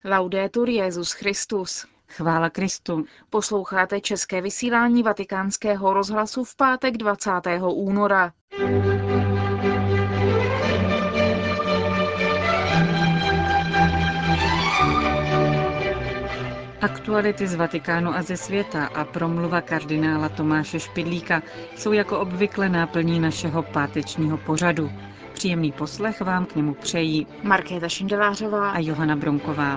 Laudetur Jesus Christus. Chvála Kristu. Posloucháte české vysílání Vatikánského rozhlasu v pátek 20. února. Aktuality z Vatikánu a ze světa a promluva kardinála Tomáše Špidlíka jsou jako obvykle náplní našeho pátečního pořadu. Příjemný poslech vám k němu přejí Markéta Šindelářová a Johana Bronková.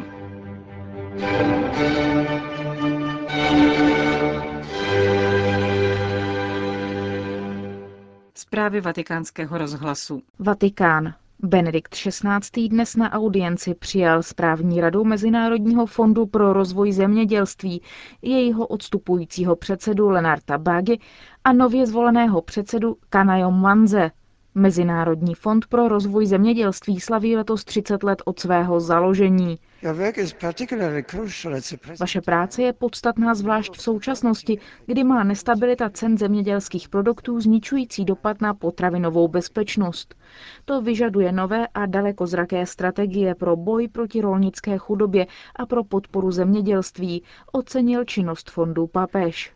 Zprávy Vatikánského rozhlasu. Vatikán. Benedikt XVI. Dnes na audienci přijal správní radu Mezinárodního fondu pro rozvoj zemědělství, jejího odstupujícího předsedu Lenarta Baggi a nově zvoleného předsedu Kanayo Manze. Mezinárodní fond pro rozvoj zemědělství slaví letos 30 let od svého založení. Vaše práce je podstatná zvlášť v současnosti, kdy má nestabilita cen zemědělských produktů zničující dopad na potravinovou bezpečnost. To vyžaduje nové a dalekozraké strategie pro boj proti rolnické chudobě a pro podporu zemědělství, ocenil činnost fondu papež.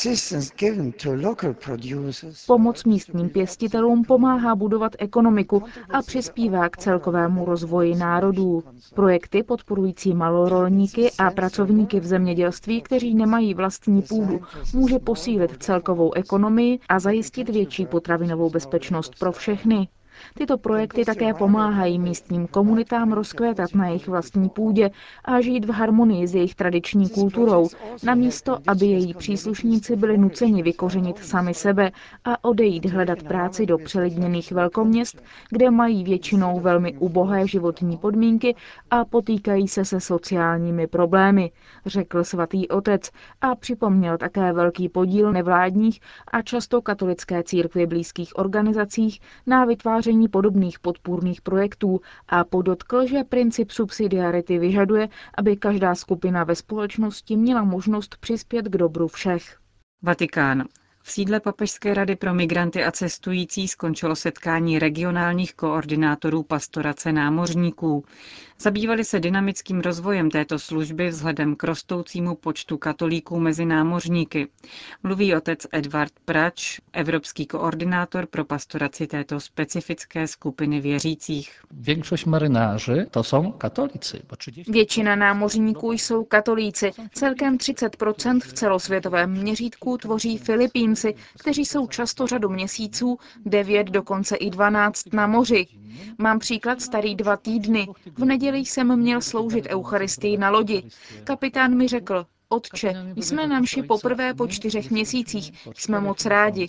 Pomoc místním pěstitelům pomáhá budovat ekonomiku a přispívá k celkovému rozvoji národů. Projekty podporující malorolníky a pracovníky v zemědělství, kteří nemají vlastní půdu, může posílit celkovou ekonomii a zajistit větší potravinovou bezpečnost pro všechny. Tyto projekty také pomáhají místním komunitám rozkvétat na jejich vlastní půdě a žít v harmonii s jejich tradiční kulturou, namísto aby její příslušníci byli nuceni vykořenit sami sebe a odejít hledat práci do přelidněných velkoměst, kde mají většinou velmi ubohé životní podmínky a potýkají se sociálními problémy, řekl svatý otec a připomněl také velký podíl nevládních a často katolické církvi blízkých organizacích na vytváření podobných podpůrných projektů a podotkl, že princip subsidiarity vyžaduje, aby každá skupina ve společnosti měla možnost přispět k dobru všech. Vatikán. V sídle Papežské rady pro migranty a cestující skončilo setkání regionálních koordinátorů pastorace námořníků. Zabývali se dynamickým rozvojem této služby vzhledem k rostoucímu počtu katolíků mezi námořníky. Mluví otec Edvard Prač, evropský koordinátor pro pastoraci této specifické skupiny věřících. Většina námořníků jsou katolíci. Celkem 30% v celosvětovém měřítku tvoří Filipínci, kteří jsou často řadu měsíců, 9 dokonce i 12 na moři. Mám příklad starý 2 týdny. V neděli jsem měl sloužit eucharistii na lodi. Kapitán mi řekl: Otče, jsme na mši poprvé po 4 měsících. Jsme moc rádi.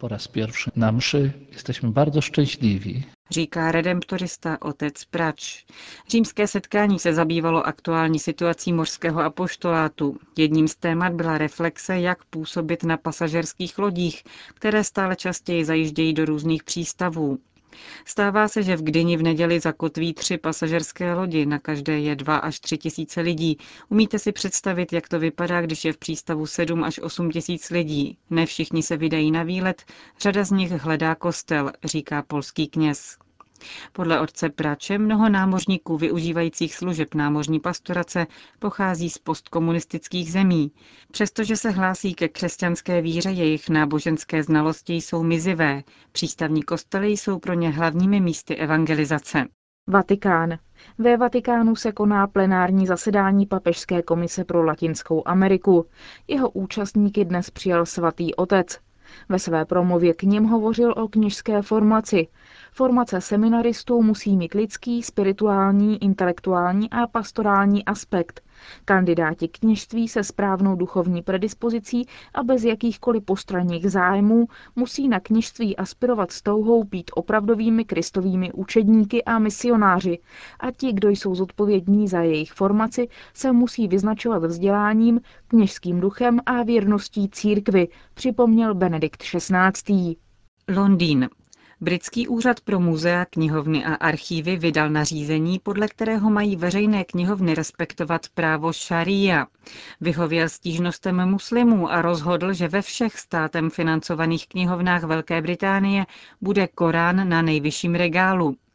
Říká redemptorista otec Prač. Římské setkání se zabývalo aktuální situací mořského apoštolátu. Jedním z témat byla reflexe, jak působit na pasažerských lodích, které stále častěji zajíždějí do různých přístavů. Stává se, že v Gdyni v neděli zakotví 3 pasažerské lodi, na každé je 2 až 3 tisíce lidí. Umíte si představit, jak to vypadá, když je v přístavu 7 až 8 tisíc lidí? Ne všichni se vydají na výlet, řada z nich hledá kostel, říká polský kněz. Podle otce Prače mnoho námořníků využívajících služeb námořní pastorace pochází z postkomunistických zemí. Přestože se hlásí ke křesťanské víře, jejich náboženské znalosti jsou mizivé. Přístavní kostely jsou pro ně hlavními místy evangelizace. Vatikán. Ve Vatikánu se koná plenární zasedání Papežské komise pro Latinskou Ameriku. Jeho účastníky dnes přijal svatý otec. Ve své promluvě k nim hovořil o kněžské formaci. Formace seminaristů musí mít lidský, spirituální, intelektuální a pastorální aspekt. Kandidáti kněžství se správnou duchovní predispozicí a bez jakýchkoliv postranních zájmů musí na kněžství aspirovat s touhou být opravdovými kristovými učedníky a misionáři. A ti, kdo jsou zodpovědní za jejich formaci, se musí vyznačovat vzděláním, kněžským duchem a věrností církvi, připomněl Benedikt XVI. Londýn. Britský úřad pro muzea, knihovny a archívy vydal nařízení, podle kterého mají veřejné knihovny respektovat právo šaría. Vyhověl stížnostem muslimů a rozhodl, že ve všech státem financovaných knihovnách Velké Británie bude Korán na nejvyšším regálu.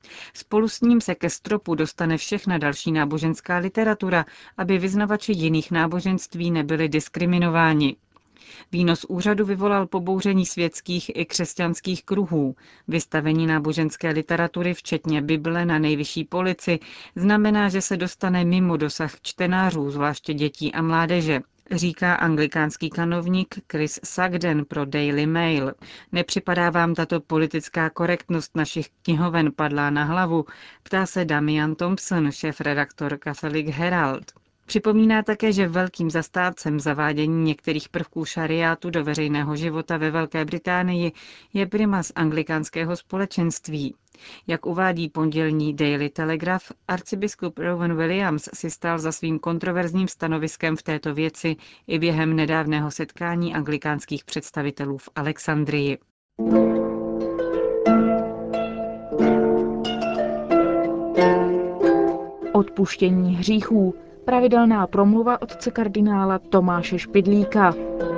Spolu s ním se ke stropu dostane všechna další náboženská literatura, aby vyznavači jiných náboženství nebyli diskriminováni. Výnos úřadu vyvolal pobouření světských i křesťanských kruhů. Vystavení náboženské literatury, včetně Bible, na nejvyšší polici, znamená, že se dostane mimo dosah čtenářů, zvláště dětí a mládeže, říká anglikánský kanovník Chris Sagden pro Daily Mail. Nepřipadá vám tato politická korektnost našich knihoven padlá na hlavu? Ptá se Damian Thompson, šéfredaktor Catholic Herald. Připomíná také, že velkým zastánцem zavádění některých prvků šariátu do veřejného života ve Velké Británii je primas anglikánského společenství. Jak uvádí pondělní Daily Telegraph, arcibiskup Rowan Williams si stál za svým kontroverzním stanoviskem v této věci i během nedávného setkání anglikánských představitelů v Alexandrii. Odpuštění hříchů. Pravidelná promluva otce kardinála Tomáše Špidlíka.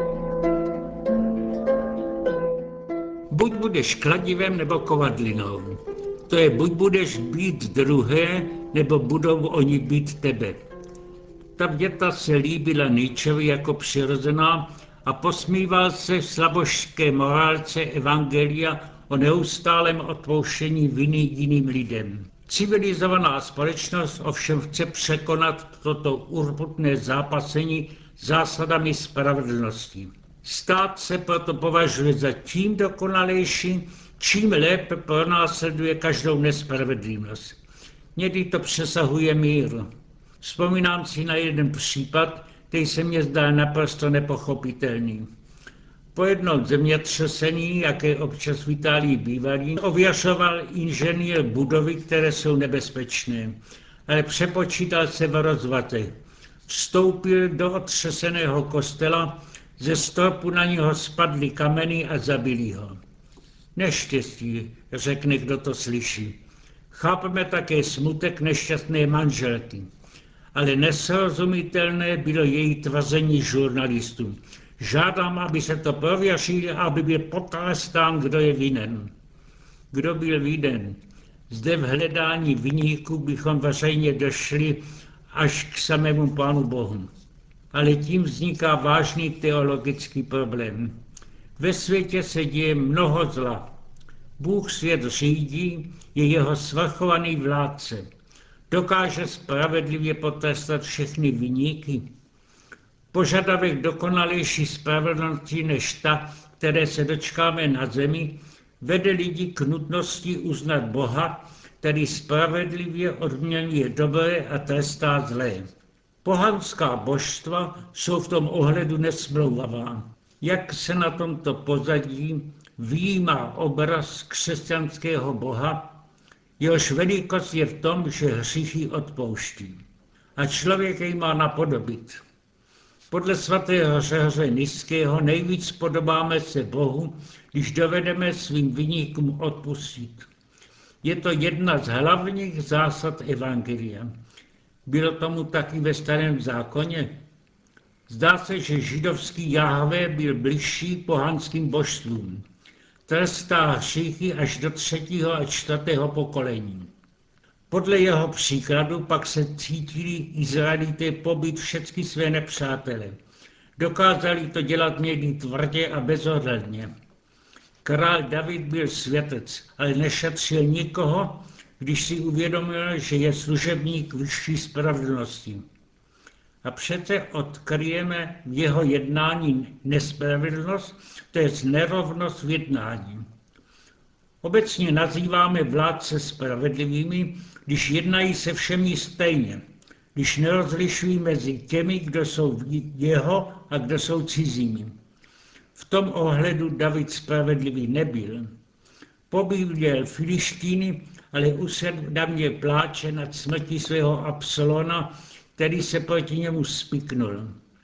Buď budeš kladivem nebo kovadlinou. To je buď budeš být druhé, nebo budou oni být tebe. Ta věta se líbila Nietzschevi jako přirozená a posmíval se slabožské morálce evangelia o neustálém odpouštění viny jiným lidem. Civilizovaná společnost ovšem chce překonat toto urputné zápasení zásadami spravedlnosti. Stát se proto považuje za tím dokonalejší, čím lépe pronásleduje každou nespravedlnost. Někdy to přesahuje mír. Vzpomínám si na jeden případ, který se mně zdá naprosto nepochopitelný. Po jednom zemětřesení, jaké občas v Itálii bývají, ověřoval inženýr budovy, které jsou nebezpečné, ale přepočítal se v rozvatech. Vstoupil do otřeseného kostela, ze stropu na něho spadly kameny a zabili ho. Neštěstí, řekne, kdo to slyší. Chápeme také smutek nešťastné manželky. Ale nesrozumitelné bylo její tvrzení žurnalistům. Žádám, aby se to prověřilo a aby byl potrestán, kdo je vinen. Kdo byl vinen? Zde v hledání viníků bychom veřejně došli až k samému Pánu Bohu. Ale tím vzniká vážný teologický problém. Ve světě se děje mnoho zla. Bůh svět řídí, je jeho svrchovaný vládce. Dokáže spravedlivě potrestat všechny viníky. Požadavek dokonalejší spravedlnosti než ta, které se dočkáme na zemi, vede lidi k nutnosti uznat Boha, který spravedlivě odměňuje dobré a trestá zlé. Pohanská božstva jsou v tom ohledu nesmlouvavá. Jak se na tomto pozadí vyjímá obraz křesťanského Boha, jehož velikost je v tom, že hříchy odpouští. A člověk jej má napodobit. Podle svatého Řehoře Niského nejvíc podobáme se Bohu, když dovedeme svým viníkům odpustit. Je to jedna z hlavních zásad evangelia. Bylo tomu taky ve Starém zákoně. Zdá se, že židovský Jahve byl bližší pohanským božstvům. Trestá hříchy až do 3. a 4. pokolení. Podle jeho příkladu pak se cítili Izraelité pobít všechny své nepřátele. Dokázali to dělat někdy tvrdě a bezohledně. Král David byl světec, ale nešetřil nikoho, když si uvědomil, že je služebník vyšší spravedlnosti. A přece odkryjeme v jeho jednání nespravedlnost, to je nerovnost v jednání. Obecně nazýváme vládce spravedlivými, když jednají se všemi stejně, když nerozlišují mezi těmi, kdo jsou jeho a kdo jsou cizími. V tom ohledu David spravedlivý nebyl. Pobíjel Filištíny, ale usedl na mě pláče nad smrtí svého Absalona, který se proti němu spiknul.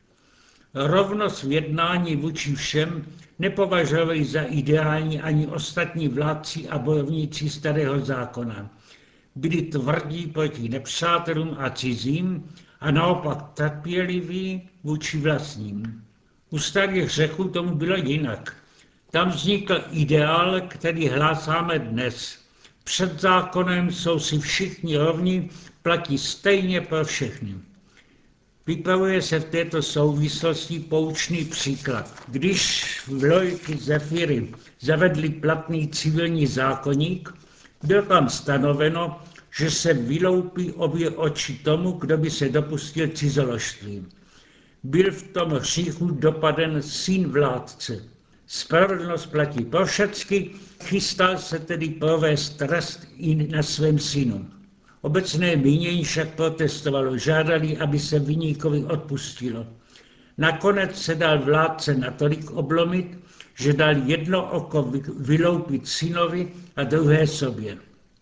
Rovnost v jednání vůči všem nepovažovali za ideální ani ostatní vládci a bojovníci Starého zákona. Byli tvrdí proti nepřátelům a cizím a naopak trpěliví vůči vlastním. U starých Řeků tomu bylo jinak. Tam vznikl ideál, který hlásáme dnes. Před zákonem jsou si všichni rovni, platí stejně pro všechny. Vypravuje se v této souvislosti poučný příklad. Když v Lojky Zefiry zavedli platný civilní zákoník, bylo tam stanoveno, že se vyloupí obě oči tomu, kdo by se dopustil cizoložství. Byl v tom hříchu dopaden syn vládce. Spravedlnost platí pro všecky, chystal se tedy provést trest i na svém synu. Obecné mínění však protestovalo, žádali, aby se viníkovi odpustilo. Nakonec se dal vládce natolik oblomit, že dal jedno oko vyloupit synovi a druhé sobě.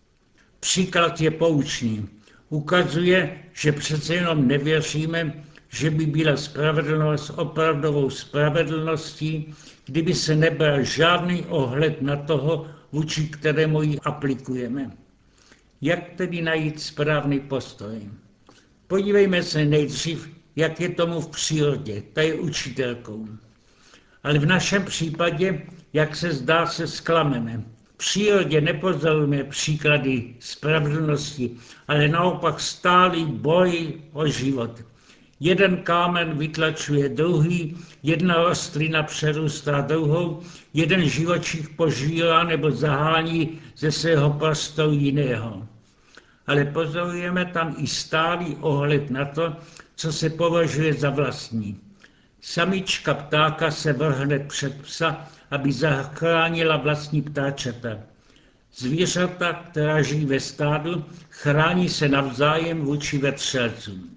Příklad je poučný. Ukazuje, že přece jenom nevěříme, že by byla spravedlnost opravdovou spravedlností, kdyby se nebral žádný ohled na toho, vůči kterému ji aplikujeme. Jak tedy najít správný postoj? Podívejme se nejdřív, jak je tomu v přírodě, ta je učitelkou. Ale v našem případě, jak se zdá, se zklameme. V přírodě nepozorujeme příklady spravedlnosti, ale naopak stálý boj o život. Jeden kámen vytlačuje druhý, jedna rostlina přerůstá druhou, jeden živočich požírá nebo zahání ze svého prostoru jiného. Ale pozorujeme tam i stálý ohled na to, co se považuje za vlastní. Samička ptáka se vrhne před psa, aby zachránila vlastní ptáčata. Zvířata, která žijí ve stádu, chrání se navzájem vůči vetřelcům.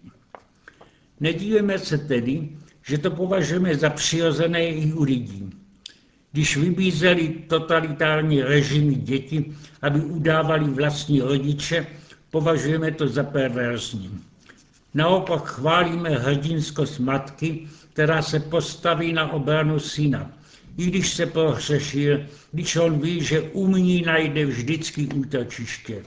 Nedívejme se tedy, že to považujeme za přirozené i u lidí. Když vybízeli totalitární režimy děti, aby udávali vlastní rodiče, považujeme to za perverzní. Naopak chválíme hrdinskost matky, která se postaví na obranu syna. I když se pohřešil, když on ví, že u ní najde vždycky útočiště.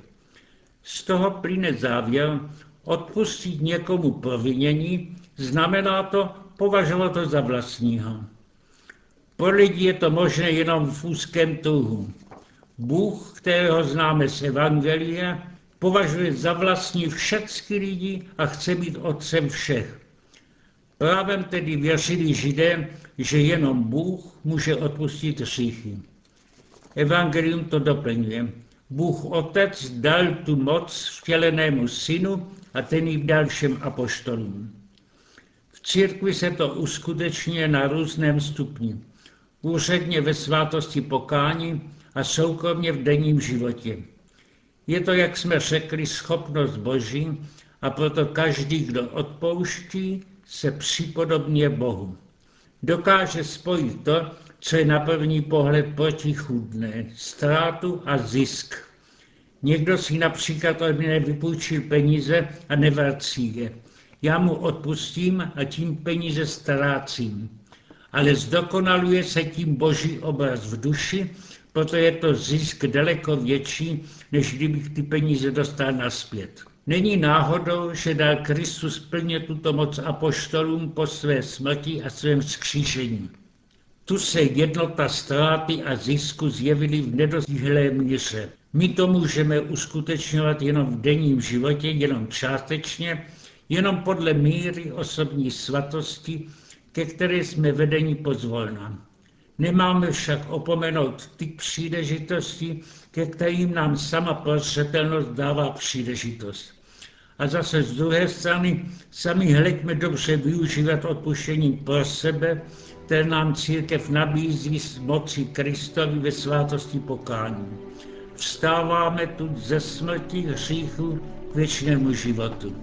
Z toho plyne závěr, odpustit někomu provinění, znamená to považovat to za vlastního. Pro lidi je to možné jenom v úzkém kruhu. Bůh, kterého známe z Evangelia, považuje za vlastní všechny lidi a chce být otcem všech. Právem tedy věřili Židé, že jenom Bůh může odpustit hříchy. Evangelium to doplňuje. Bůh Otec dal tu moc vtělenému synu a ten ji dal všem apoštolům. V církvi se to uskutečňuje na různém stupni. Úředně ve svátosti pokání a soukromně v denním životě. Je to, jak jsme řekli, schopnost Boží a proto každý, kdo odpouští, se připodobňuje Bohu. Dokáže spojit to, co je na první pohled protichůdné, ztrátu a zisk. Někdo si například od mě vypůjčil peníze a nevrací je. Já mu odpustím a tím peníze ztrácím. Ale zdokonaluje se tím Boží obraz v duši, proto je to zisk daleko větší, než kdybych ty peníze dostal nazpět. Není náhodou, že dal Kristus plně tuto moc apoštolům po své smrti a svém vzkříšení. Tu se jednota ztráty a zisku zjevily v nedostihlé míře. My to můžeme uskutečňovat jenom v denním životě, jenom částečně, jenom podle míry osobní svatosti, ke které jsme vedeni pozvolna. Nemáme však opomenout ty příležitosti, ke kterým nám sama prozřetelnost dává příležitost. A zase z druhé strany sami hleďme dobře využívat odpuštění pro sebe, které nám církev nabízí z moci Kristovi ve svátosti pokání. Vstáváme tu ze smrti hříchu k věčnému životu.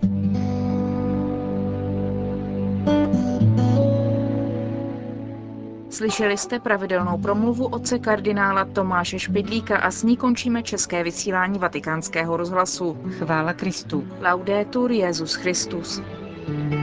Slyšeli jste pravidelnou promluvu otce kardinála Tomáše Špidlíka a s ní končíme české vysílání Vatikánského rozhlasu. Chvála Kristu. Laudetur Jesus Christus.